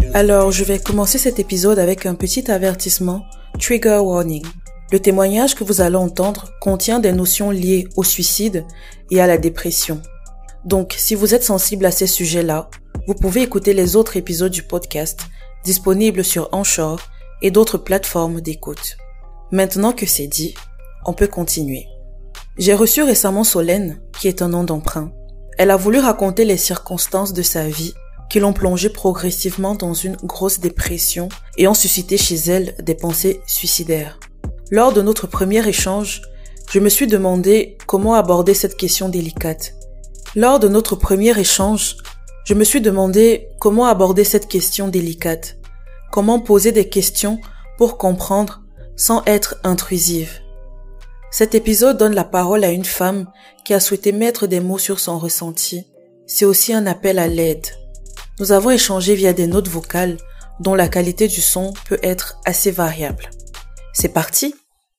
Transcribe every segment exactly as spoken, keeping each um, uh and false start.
Alors, je vais commencer cet épisode avec un petit avertissement, trigger warning. Le témoignage que vous allez entendre contient des notions liées au suicide et à la dépression. Donc, si vous êtes sensible à ces sujets-là, vous pouvez écouter les autres épisodes du podcast disponibles sur Anchor et d'autres plateformes d'écoute. Maintenant que c'est dit, on peut continuer. J'ai reçu récemment Solène, qui est un nom d'emprunt. Elle a voulu raconter les circonstances de sa vie qui l'ont plongée progressivement dans une grosse dépression et ont suscité chez elle des pensées suicidaires. Lors de notre premier échange, je me suis demandé comment aborder cette question délicate. Lors de notre premier échange, je me suis demandé comment aborder cette question délicate. Comment poser des questions pour comprendre sans être intrusive. Cet épisode donne la parole à une femme qui a souhaité mettre des mots sur son ressenti. C'est aussi un appel à l'aide. Nous avons échangé via des notes vocales dont la qualité du son peut être assez variable. C'est parti!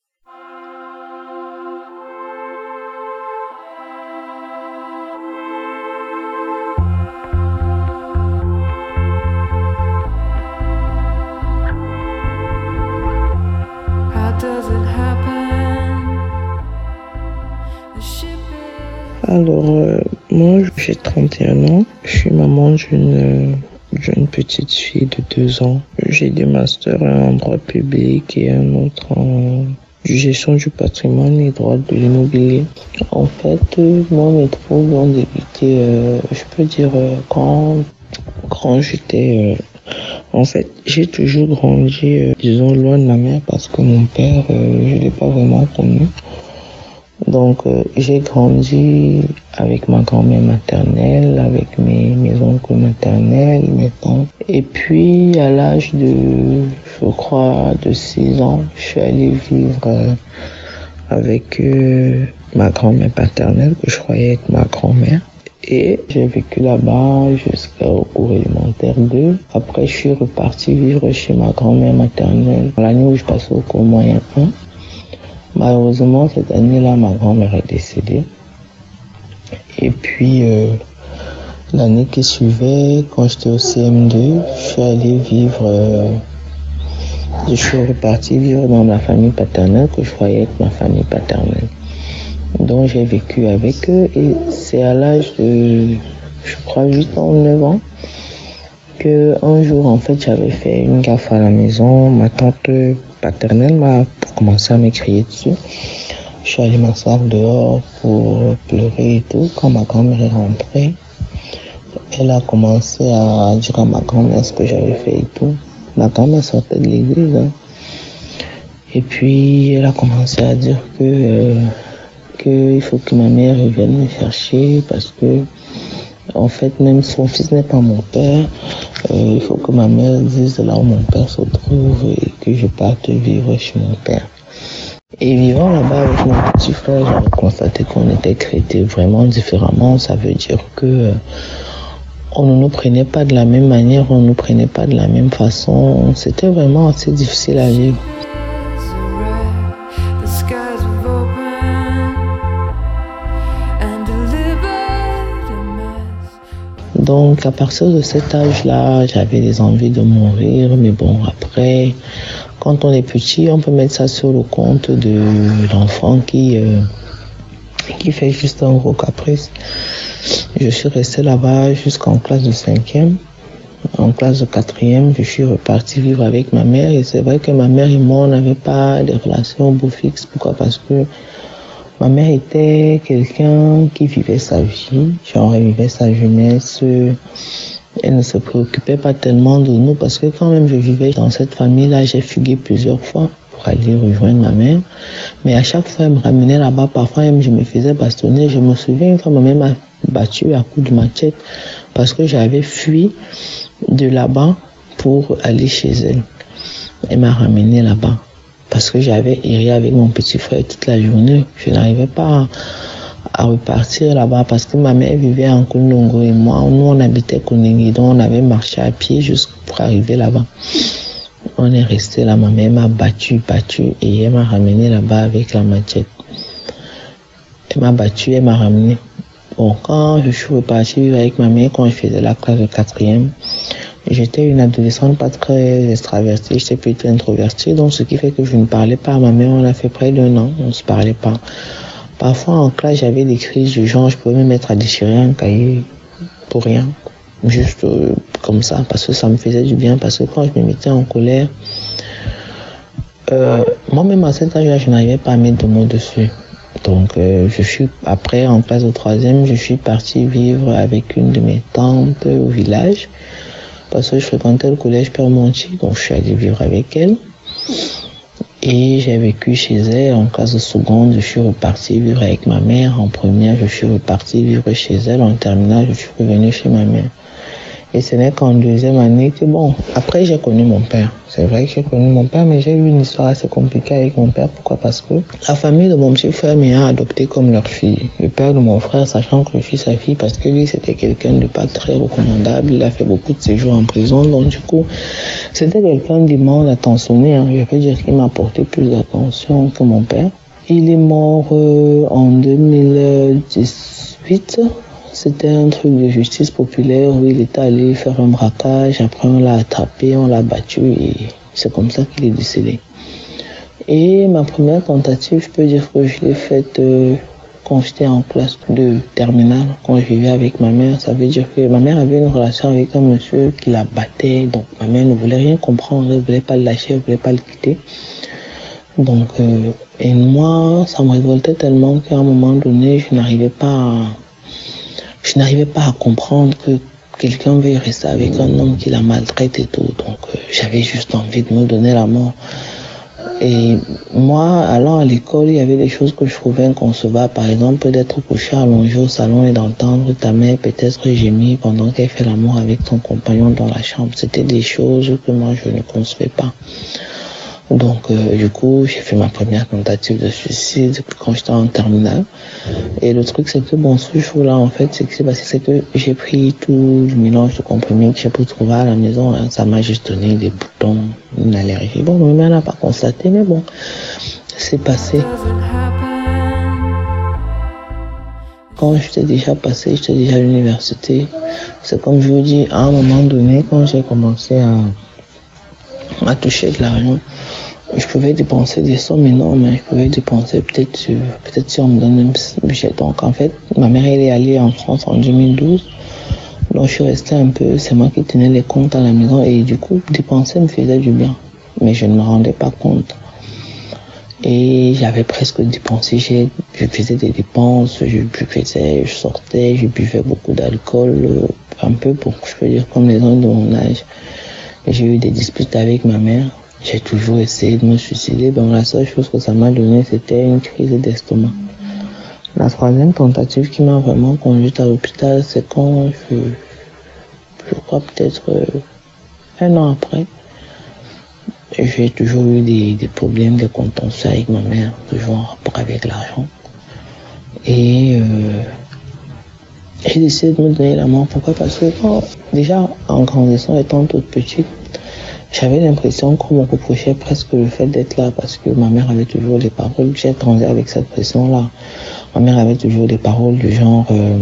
Alors, euh, moi, j'ai trente et un ans. Je suis maman d'une, d'une petite fille de deux ans. J'ai des masters, un en droit public et un autre en gestion du patrimoine et droit de l'immobilier. En fait, euh, moi, mes troubles ont débuté, euh, je peux dire, euh, quand, quand j'étais... Euh, en fait, j'ai toujours grandi, euh, disons, loin de ma mère parce que mon père, euh, je ne l'ai pas vraiment connu. Donc, euh, j'ai grandi avec ma grand-mère maternelle, avec mes, mes oncles maternels, mes tantes. Et puis, à l'âge de, je crois, de six ans, je suis allée vivre euh, avec euh, ma grand-mère paternelle, que je croyais être ma grand-mère. Et j'ai vécu là-bas jusqu'au cours élémentaire deux. Après, je suis repartie vivre chez ma grand-mère maternelle l'année où je passais au cours moyen un. Malheureusement, cette année-là, ma grand-mère est décédée. Et puis, euh, l'année qui suivait, quand j'étais au C M deux, je suis allée vivre, euh, je suis repartie vivre dans ma famille paternelle, que je croyais être ma famille paternelle. Donc, j'ai vécu avec eux et c'est à l'âge de, je crois, huit ans ou neuf ans, que un jour, en fait, j'avais fait une gaffe à la maison. Ma tante paternelle m'a commencé à me crier dessus. Je suis allée m'asseoir dehors pour pleurer et tout. Quand ma grand-mère est rentrée, elle a commencé à dire à ma grand-mère ce que j'avais fait et tout. Ma grand-mère sortait de l'église. Hein. Et puis, elle a commencé à dire que, euh, que il faut que ma mère vienne me chercher parce que, en fait, même si son fils n'est pas mon père, euh, il faut que ma mère dise là où mon père se trouve et que je parte vivre chez mon père. Et vivant là-bas avec mon petit frère, j'avais constaté qu'on était traités vraiment différemment. Ça veut dire que euh, on ne nous prenait pas de la même manière, on ne nous prenait pas de la même façon. C'était vraiment assez difficile à vivre. Donc, à partir de cet âge-là, j'avais des envies de mourir. Mais bon, après, quand on est petit, on peut mettre ça sur le compte de l'enfant qui, euh, qui fait juste un gros caprice. Je suis restée là-bas jusqu'en classe de cinquième. En classe de quatrième, je suis repartie vivre avec ma mère. Et c'est vrai que ma mère et moi, on n'avait pas de relation au bout fixe. Pourquoi? Parce que ma mère était quelqu'un qui vivait sa vie, genre elle vivait sa jeunesse. Elle ne se préoccupait pas tellement de nous parce que quand même je vivais dans cette famille-là, j'ai fugué plusieurs fois pour aller rejoindre ma mère. Mais à chaque fois, elle me ramenait là-bas. Parfois, même, je me faisais bastonner. Je me souviens une fois, ma mère m'a battu à coups de machette parce que j'avais fui de là-bas pour aller chez elle. Elle m'a ramené là-bas. Parce que j'avais erré avec mon petit frère toute la journée. Je n'arrivais pas à, à repartir là-bas parce que ma mère vivait en Kundongo et moi, nous on habitait Kundongo, donc on avait marché à pied jusqu'à pour arriver là-bas. On est resté là, ma mère m'a battu, battu et elle m'a ramené là-bas avec la machette. Elle m'a battu, elle m'a ramené. Bon, quand je suis reparti avec ma mère, quand je faisais la classe de quatrième, J'étais une adolescente pas très extravertie, j'étais plutôt introvertie, donc ce qui fait que je ne parlais pas à ma mère. On a fait près d'un an, on ne se parlait pas. Parfois en classe, j'avais des crises du genre, je pouvais me mettre à déchirer un cahier pour rien, juste euh, comme ça, parce que ça me faisait du bien, parce que quand je me mettais en colère, euh, moi-même à cet âge-là, je n'arrivais pas à mettre de mots dessus. Donc euh, je suis après en classe de troisième, je suis partie vivre avec une de mes tantes au village parce que je fréquentais le collège Père Monti, donc je suis allée vivre avec elle et j'ai vécu chez elle. En classe de seconde, je suis repartie vivre avec ma mère. En première, je suis repartie vivre chez elle. En terminale, je suis revenue chez ma mère. Et ce n'est qu'en deuxième année que, bon, après j'ai connu mon père. C'est vrai que j'ai connu mon père, mais j'ai eu une histoire assez compliquée avec mon père. Pourquoi? Parce que la famille de mon petit frère m'a adopté comme leur fille. Le père de mon frère, sachant que je suis sa fille, parce que lui, c'était quelqu'un de pas très recommandable. Il a fait beaucoup de séjours en prison. Donc, du coup, c'était quelqu'un d'immense attentionné. Hein. Je peux dire qu'il m'a apporté plus d'attention que mon père. Il est mort euh, en deux mille dix-huit. C'était un truc de justice populaire où il était allé faire un braquage. Après, on l'a attrapé, on l'a battu et c'est comme ça qu'il est décédé. Et ma première tentative, je peux dire que je l'ai faite euh, quand j'étais en classe de terminale, quand je vivais avec ma mère. Ça veut dire que ma mère avait une relation avec un monsieur qui la battait. Donc ma mère ne voulait rien comprendre, elle ne voulait pas le lâcher, elle ne voulait pas le quitter. Donc, euh, et moi, ça me révoltait tellement qu'à un moment donné, je n'arrivais pas à... Je n'arrivais pas à comprendre que quelqu'un veuille rester avec un homme qui la maltraite et tout. Donc, euh, j'avais juste envie de me donner la mort. Et moi, allant à l'école, il y avait des choses que je trouvais inconcevables. Par exemple, d'être couché allongé au salon et d'entendre ta mère peut-être gémir pendant qu'elle fait l'amour avec son compagnon dans la chambre. C'était des choses que moi, je ne concevais pas. Donc, euh, du coup, j'ai fait ma première tentative de suicide quand j'étais en terminale. Et le truc, c'est que, bon, ce jour-là, en fait, ce qui s'est passé, c'est que j'ai pris tout le mélange de comprimés que j'ai pu trouver à la maison. Hein. Ça m'a juste donné des boutons, une allergie. Bon, ma mère n'a pas constaté, mais bon, c'est passé. Quand j'étais déjà passé, j'étais déjà à l'université. C'est comme je vous dis, à un moment donné, quand j'ai commencé à, à toucher de l'argent, je pouvais dépenser des sommes énormes, hein. Je pouvais dépenser peut-être sur, peut-être si on me donne un budget. Donc en fait, ma mère elle est allée en France en deux mille douze. Donc je suis resté un peu, c'est moi qui tenais les comptes à la maison et du coup, dépenser me faisait du bien. Mais je ne me rendais pas compte. Et j'avais presque dépensé, je faisais des dépenses, je, je faisais, je sortais, je buvais beaucoup d'alcool, un peu pour, je peux dire, comme les gens de mon âge. J'ai eu des disputes avec ma mère. J'ai toujours essayé de me suicider. Donc la seule chose que ça m'a donné, c'était une crise d'estomac. La troisième tentative qui m'a vraiment conduite à l'hôpital, c'est quand je, je crois peut-être euh, un an après, j'ai toujours eu des, des problèmes de contentieux avec ma mère, toujours en rapport avec l'argent. Et euh, j'ai décidé de me donner la mort. Pourquoi? Parce que quand, déjà en grandissant, étant toute petite, j'avais l'impression qu'on me reprochait presque le fait d'être là parce que ma mère avait toujours des paroles. J'ai grandi avec cette pression-là. Ma mère avait toujours des paroles du genre euh,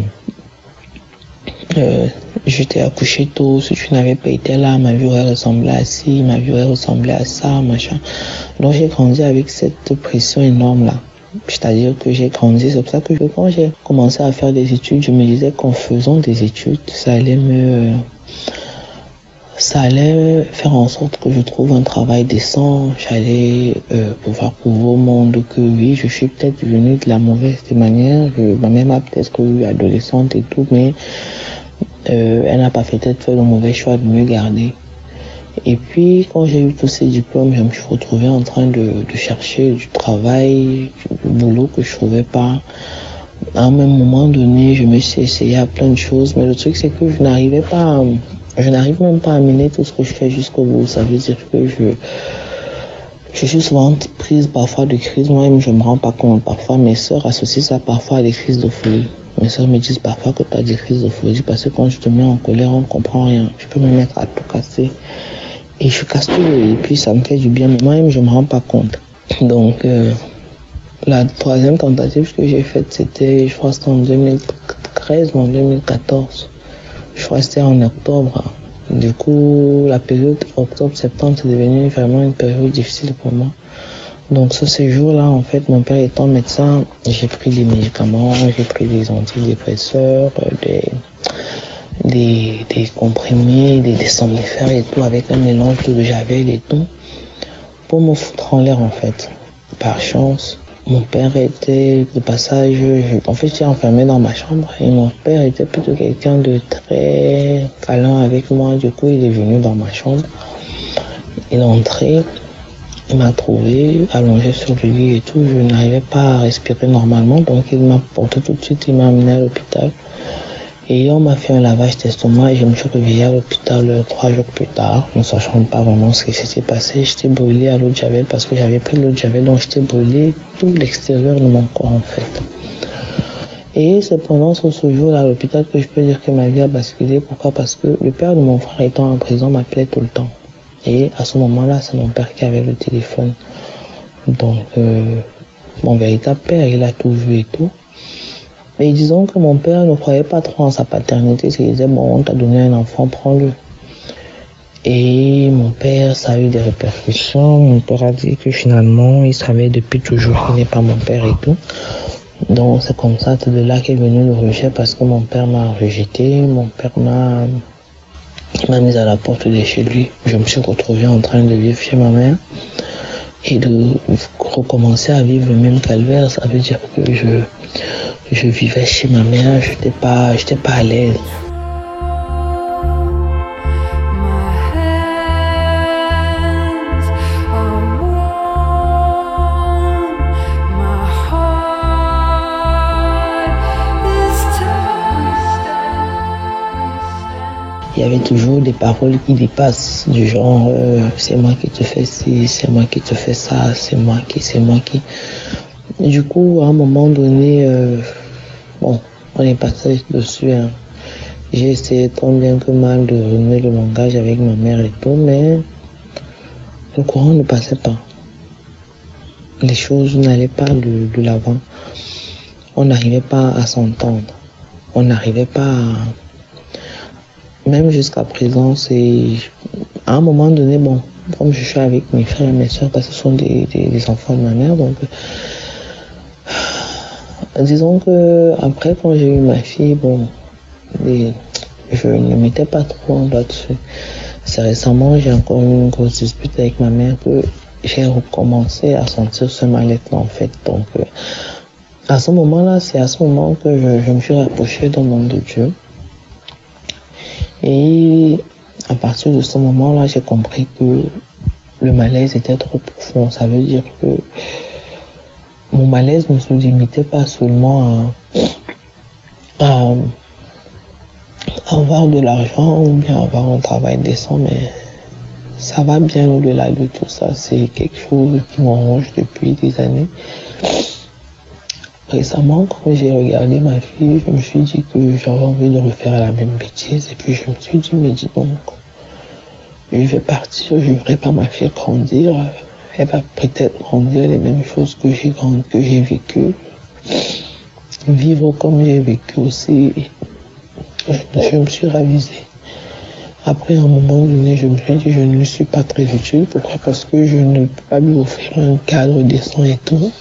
euh, je t'ai accouché tôt, si tu n'avais pas été là, ma vie aurait ressemblé à ci, ma vie aurait ressemblé à ça, machin. Donc j'ai grandi avec cette pression énorme-là. C'est-à-dire que j'ai grandi, c'est pour ça que quand j'ai commencé à faire des études, je me disais qu'en faisant des études, ça allait me... Ça allait faire en sorte que je trouve un travail décent. J'allais euh, pouvoir prouver au monde que oui, je suis peut-être devenue de la mauvaise manière. Je, ma mère m'a peut-être eu adolescente et tout, mais euh, elle n'a pas fait peut-être fait le mauvais choix de me garder. Et puis, quand j'ai eu tous ces diplômes, je me suis retrouvée en train de, de chercher du travail, du boulot que je trouvais pas. À un même moment donné, je me suis essayé à plein de choses, mais le truc, c'est que je n'arrivais pas à... Je n'arrive même pas à mener tout ce que je fais jusqu'au bout. Ça veut dire que je, je suis souvent prise parfois de crise. Moi-même, je me rends pas compte. Parfois, mes sœurs associent ça parfois à des crises de folie. Mes sœurs me disent parfois que tu as des crises de folie parce que quand je te mets en colère, on ne comprend rien. Je peux me mettre à tout casser. Et je casse tout et puis ça me fait du bien. Mais moi-même, je me rends pas compte. Donc, euh, la troisième tentative que j'ai faite, c'était, je crois, c'était en deux mille treize ou en deux mille quatorze. Je crois que c'était en octobre. Du coup, la période octobre-septembre, c'est devenu vraiment une période difficile pour moi. Donc, ce séjour-là, en fait, mon père étant médecin, j'ai pris des médicaments, j'ai pris des antidépresseurs, des, des, des comprimés, des, des somnifères et tout, avec un mélange de javel et tout, pour me foutre en l'air, en fait. Par chance, mon père était de passage, je, en fait, j'étais enfermé dans ma chambre et mon père était plutôt quelqu'un de très câlin avec moi. Du coup, il est venu dans ma chambre. Il est entré. Il m'a trouvé allongé sur le lit et tout. Je n'arrivais pas à respirer normalement. Donc, il m'a porté tout de suite. Il m'a amené à l'hôpital. Et on m'a fait un lavage d'estomac et je me suis réveillé à l'hôpital trois jours plus tard, ne sachant pas vraiment ce qui s'était passé. J'étais brûlé à l'eau de javel parce que j'avais pris l'eau de javel. Donc, j'étais brûlé tout l'extérieur de mon corps, en fait. Et c'est pendant ce séjour-là à l'hôpital que je peux dire que ma vie a basculé. Pourquoi? Parce que le père de mon frère étant en prison m'appelait tout le temps. Et à ce moment-là, c'est mon père qui avait le téléphone. Donc, euh, mon véritable père, il a tout vu et tout. Mais disons que mon père ne croyait pas trop en sa paternité. Il disait, bon, on t'a donné un enfant, prends-le. Et mon père, ça a eu des répercussions. Mon père a dit que finalement, il savait depuis toujours qu'il n'est pas mon père et tout. Donc, c'est comme ça, c'est de là qu'est venu le rejet parce que mon père m'a rejeté. Mon père m'a... Il m'a mise à la porte de chez lui. Je me suis retrouvé en train de vivre chez ma mère et de recommencer à vivre le même calvaire. Ça veut dire que je, je vivais chez ma mère, je n'étais pas, j'étais pas à l'aise. Il y avait toujours des paroles qui dépassent, du genre euh, c'est moi qui te fais ci, c'est moi qui te fais ça, c'est moi qui, c'est moi qui. Et du coup, à un moment donné, euh, bon, on est passé dessus. Hein. J'ai essayé tant bien que mal de renouer le langage avec ma mère et tout, mais le courant ne passait pas. Les choses n'allaient pas de, de l'avant. On n'arrivait pas à s'entendre. On n'arrivait pas à... Même jusqu'à présent, c'est... À un moment donné, bon, comme je suis avec mes frères et mes soeurs, parce que ce sont des, des, des enfants de ma mère, donc... Euh, disons que après, quand j'ai eu ma fille, bon... Les, je ne mettais pas trop en bas dessus. C'est récemment, j'ai encore eu une grosse dispute avec ma mère que j'ai recommencé à sentir ce mal-être, en fait. Donc, euh, à ce moment-là, c'est à ce moment que je, je me suis rapprochée d'un homme de Dieu. Et à partir de ce moment-là, j'ai compris que le malaise était trop profond. Ça veut dire que mon malaise ne se limitait pas seulement à, à, à avoir de l'argent ou bien avoir un travail décent, mais ça va bien au-delà de tout ça. C'est quelque chose qui m'arrange depuis des années. Récemment, quand j'ai regardé ma fille, je me suis dit que j'avais envie de refaire la même bêtise. Et puis je me suis dit, mais dis donc, je vais partir, je ne verrai pas ma fille grandir. Elle va peut-être grandir les mêmes choses que j'ai grandi, que j'ai vécues. Vivre comme j'ai vécu aussi. Je, je me suis ravisé. Après, à un moment donné, je me suis dit, je ne lui suis pas très utile. Pourquoi? Parce que je ne peux pas lui offrir un cadre décent et tout.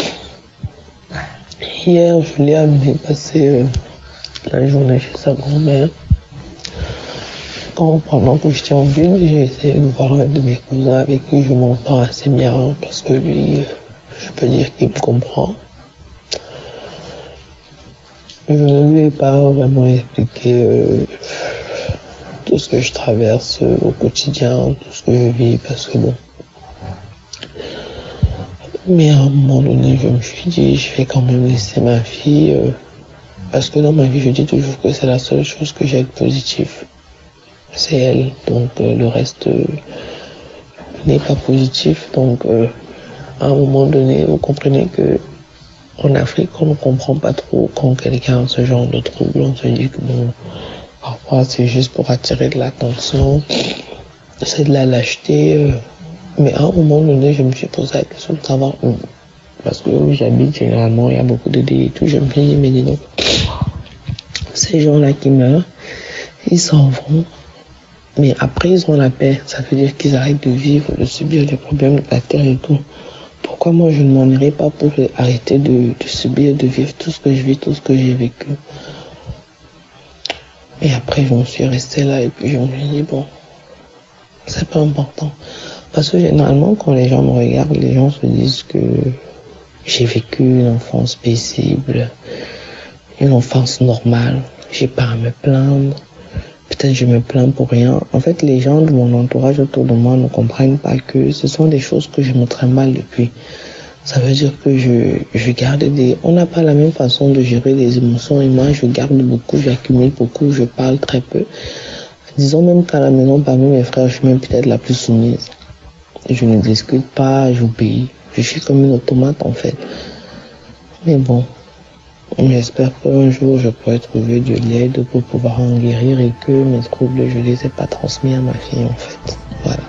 Hier, je l'ai amené passer euh, la journée chez sa grand-mère. Quand, pendant que j'étais en ville, j'ai essayé de voir un de mes cousins avec qui je m'entends assez bien, parce que lui, je peux dire qu'il me comprend. Je ne lui ai pas vraiment expliqué euh, tout ce que je traverse euh, au quotidien, tout ce que je vis, parce que bon... Mais à un moment donné, je me suis dit, je vais quand même laisser ma fille, euh, parce que dans ma vie, je dis toujours que c'est la seule chose que j'ai de positif. C'est elle, donc euh, le reste euh, n'est pas positif. Donc, euh, à un moment donné, vous comprenez que en Afrique, on ne comprend pas trop quand quelqu'un a ce genre de trouble. On se dit que bon, parfois c'est juste pour attirer de l'attention, c'est de la lâcheté. Euh, Mais à un moment donné, je me suis posé la question de savoir, parce que où j'habite, généralement, il y a beaucoup de délits et tout. Je me suis dit, mais dis donc, ces gens-là qui meurent, ils s'en vont. Mais après, ils ont la paix. Ça veut dire qu'ils arrêtent de vivre, de subir les problèmes de la terre et tout. Pourquoi moi, je ne m'en irais pas pour arrêter de, de subir, de vivre tout ce que je vis, tout ce que j'ai vécu. Et après, je me suis restée là et puis je me suis dit, bon, c'est pas important. Parce que généralement, quand les gens me regardent, les gens se disent que j'ai vécu une enfance paisible, une enfance normale. J'ai pas à me plaindre. Peut-être je me plains pour rien. En fait, les gens de mon entourage autour de moi ne comprennent pas que ce sont des choses que je me trimballe depuis. Ça veut dire que je, je garde des... On n'a pas la même façon de gérer les émotions et moi, je garde beaucoup, j'accumule beaucoup, je parle très peu. Disons même qu'à la maison, parmi mes frères, je suis même peut-être la plus soumise. Je ne discute pas, j'obéis. Je suis comme une automate en fait. Mais bon, j'espère qu'un jour, je pourrai trouver de l'aide pour pouvoir en guérir et que mes troubles, je ne les ai pas transmis à ma fille en fait. Voilà.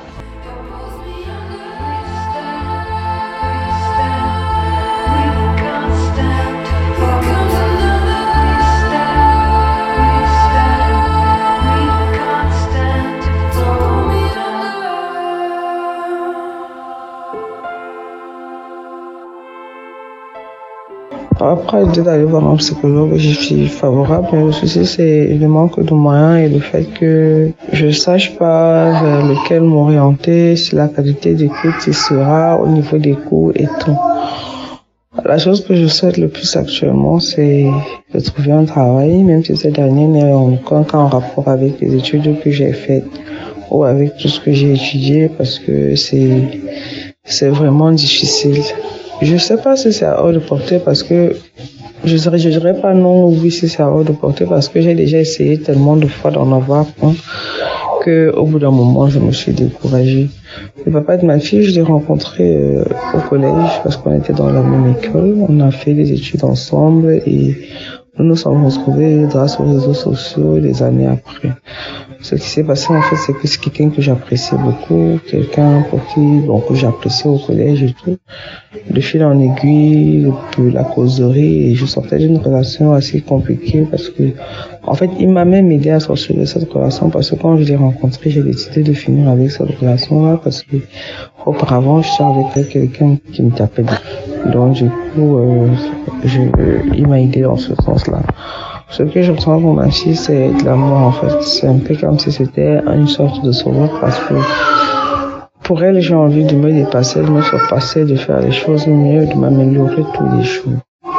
Après l'idée d'aller voir un psychologue, je suis favorable, mais le souci c'est le manque de moyens et le fait que je ne sache pas vers lequel m'orienter, si la qualité d'écoute il sera au niveau des cours et tout. La chose que je souhaite le plus actuellement, c'est de trouver un travail, même si cette dernière n'est en aucun cas en rapport avec les études que j'ai faites ou avec tout ce que j'ai étudié, parce que c'est c'est vraiment difficile. Je sais pas si c'est à hors de portée parce que je dirais, je dirais pas non ou oui si c'est à hors de portée parce que j'ai déjà essayé tellement de fois d'en avoir un que au bout d'un moment je me suis découragée. Le papa de ma fille, je l'ai rencontré euh, au collège parce qu'on était dans la même école, on a fait des études ensemble et nous nous sommes retrouvés grâce aux réseaux sociaux des années après. Ce qui s'est passé en fait, c'est que c'est quelqu'un que j'appréciais beaucoup, quelqu'un pour qui, bon, que j'appréciais au collège et tout. De fil en aiguille, de la causerie, et je sortais d'une relation assez compliquée parce que, en fait, il m'a même aidé à sortir de cette relation parce que quand je l'ai rencontré, j'ai décidé de finir avec cette relation-là parce que, auparavant, je sortais avec quelqu'un qui me tapait. Donc, du coup, euh, je, il m'a aidé dans ce sens-là. Ce que je ressens pour ma fille, c'est de l'amour, en fait. C'est un peu comme si c'était une sorte de sauveur parce que pour elle, j'ai envie de me dépasser, de me surpasser, de faire les choses mieux, de m'améliorer tous les jours.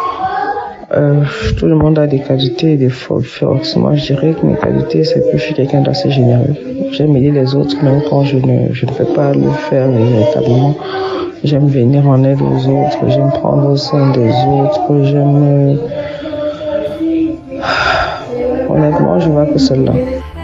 Euh, tout le monde a des qualités et des forces. Moi, je dirais que mes qualités, c'est que je suis quelqu'un d'assez généreux. J'aime aider les autres, même quand je ne, je ne peux pas le faire véritablement. J'aime venir en aide aux autres, j'aime prendre soin des autres, j'aime... Honnêtement, je vois que celle-là.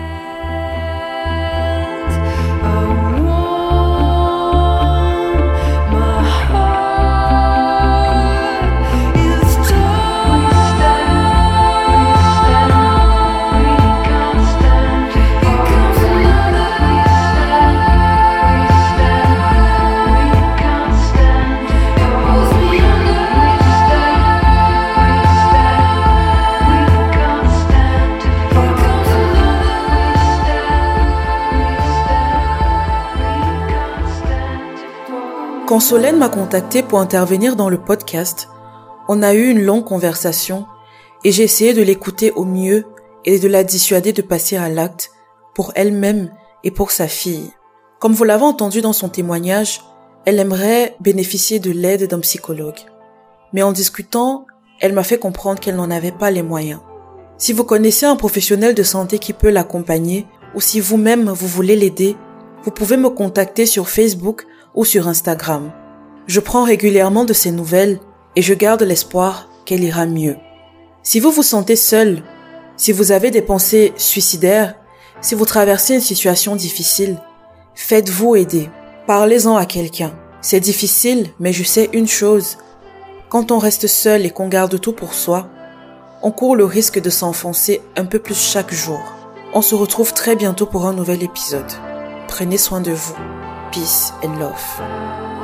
Quand Solène m'a contacté pour intervenir dans le podcast, on a eu une longue conversation et j'ai essayé de l'écouter au mieux et de la dissuader de passer à l'acte pour elle-même et pour sa fille. Comme vous l'avez entendu dans son témoignage, elle aimerait bénéficier de l'aide d'un psychologue. Mais en discutant, elle m'a fait comprendre qu'elle n'en avait pas les moyens. Si vous connaissez un professionnel de santé qui peut l'accompagner ou si vous-même vous voulez l'aider, vous pouvez me contacter sur Facebook ou sur Instagram. Je prends régulièrement de ses nouvelles et je garde l'espoir qu'elle ira mieux. Si vous vous sentez seul, si vous avez des pensées suicidaires, si vous traversez une situation difficile, faites-vous aider. Parlez-en à quelqu'un. C'est difficile, mais je sais une chose. Quand on reste seul et qu'on garde tout pour soi, on court le risque de s'enfoncer un peu plus chaque jour. On se retrouve très bientôt pour un nouvel épisode. Prenez soin de vous. Peace and love.